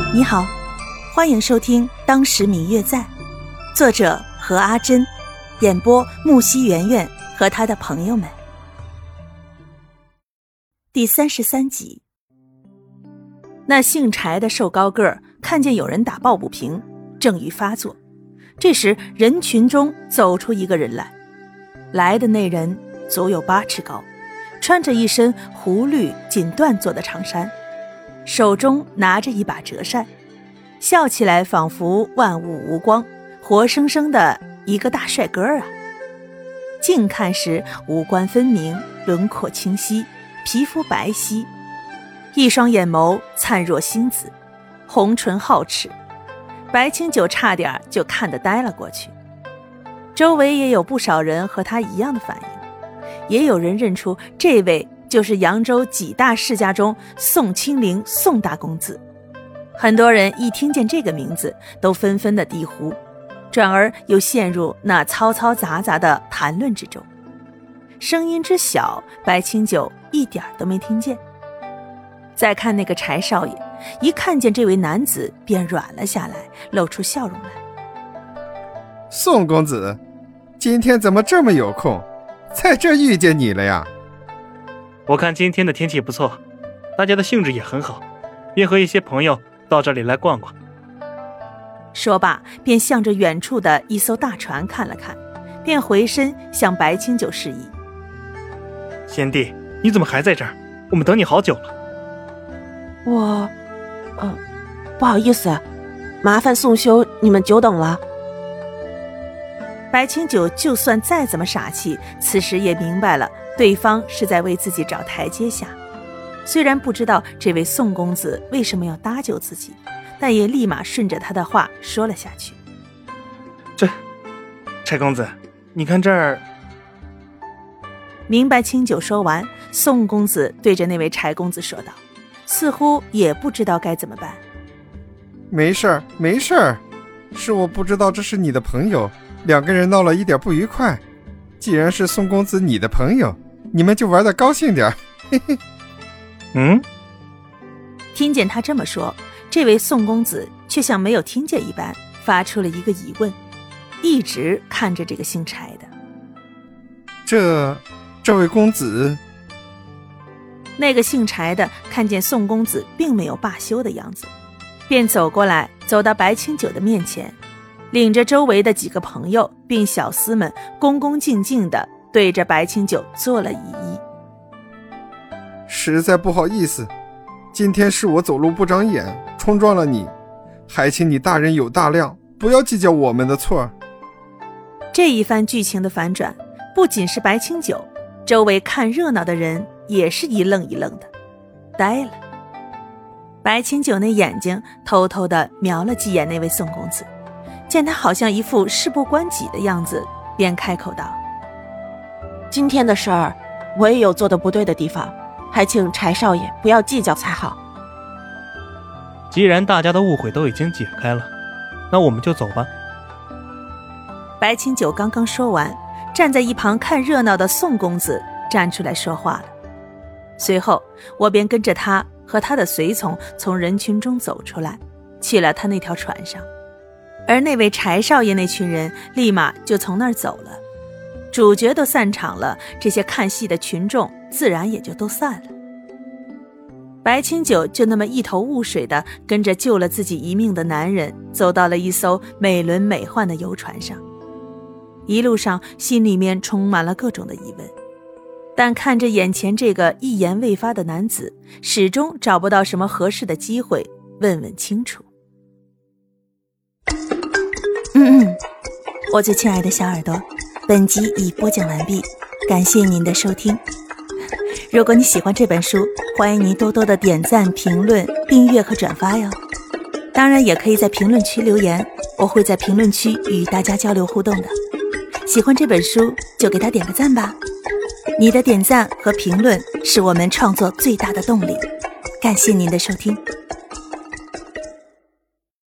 你好，欢迎收听《当时明月在》，作者何阿珍，演播木西圆圆和他的朋友们。第33集。那姓柴的瘦高个儿看见有人打抱不平，正欲发作，这时人群中走出一个人来，来的那人足有8尺高，穿着一身湖绿锦缎做的长衫，手中拿着一把折扇，笑起来仿佛万物无光，活生生的一个大帅哥啊！近看时五官分明，轮廓清晰，皮肤白皙，一双眼眸灿若星子，红唇皓齿，白清九差点就看得呆了过去。周围也有不少人和他一样的反应，也有人认出这位就是扬州几大世家中宋清龄宋大公子。很多人一听见这个名字都纷纷的低呼，转而又陷入那嘈嘈杂杂的谈论之中。声音之小，白清九一点都没听见。再看那个柴少爷，一看见这位男子便软了下来，露出笑容来。 宋公子，今天怎么这么有空，在这遇见你了呀？ 我看今天的天气不错，大家的兴致也很好，便和一些朋友到这里来逛逛。 说罢便向着远处的一艘大船看了看，便回身向白清九示意。 贤弟，你怎么还在这儿？我们等你好久了。 不好意思，麻烦宋兄你们久等了。 白清九就算再怎么傻气，此时也明白了对方是在为自己找台阶下。虽然不知道这位宋公子为什么要搭救自己，但也立马顺着他的话说了下去。 柴公子，你看这儿。 明白清九说完，宋公子对着那位柴公子说道，似乎也不知道该怎么办。 没事儿，没事儿，是我不知道这是你的朋友，两个人闹了一点不愉快。既然是宋公子你的朋友，你们就玩得高兴点，嘿嘿。 听见他这么说，这位宋公子却像没有听见一般，发出了一个疑问，一直看着这个姓柴的。 这位公子。 那个姓柴的看见宋公子并没有罢休的样子，便走过来，走到白清九的面前，领着周围的几个朋友并小厮们恭恭敬敬地对着白清九做了一揖。 实在不好意思，今天是我走路不长眼，冲撞了你，还请你大人有大量，不要计较我们的错。 这一番剧情的反转，不仅是白清九，周围看热闹的人也是一愣一愣的，呆了。白清九那眼睛偷偷地瞄了几眼那位宋公子，见他好像一副事不关己的样子，便开口道： 今天的事儿我也有做得不对的地方，还请柴少爷不要计较才好。 既然大家的误会都已经解开了，那我们就走吧。 白清九刚刚说完，站在一旁看热闹的宋公子站出来说话了。随后我便跟着他和他的随从从人群中走出来，去了他那条船上。而那位柴少爷那群人立马就从那儿走了，主角都散场了，这些看戏的群众自然也就都散了。白清九就那么一头雾水地跟着救了自己一命的男人走到了一艘美轮美奂的游船上。一路上心里面充满了各种的疑问，但看着眼前这个一言未发的男子，始终找不到什么合适的机会问问清楚。我最亲爱的小耳朵，本集已播讲完毕，感谢您的收听。如果你喜欢这本书，欢迎您多多的点赞、评论、订阅和转发哟。当然也可以在评论区留言，我会在评论区与大家交流互动的。喜欢这本书就给它点个赞吧，你的点赞和评论是我们创作最大的动力。感谢您的收听。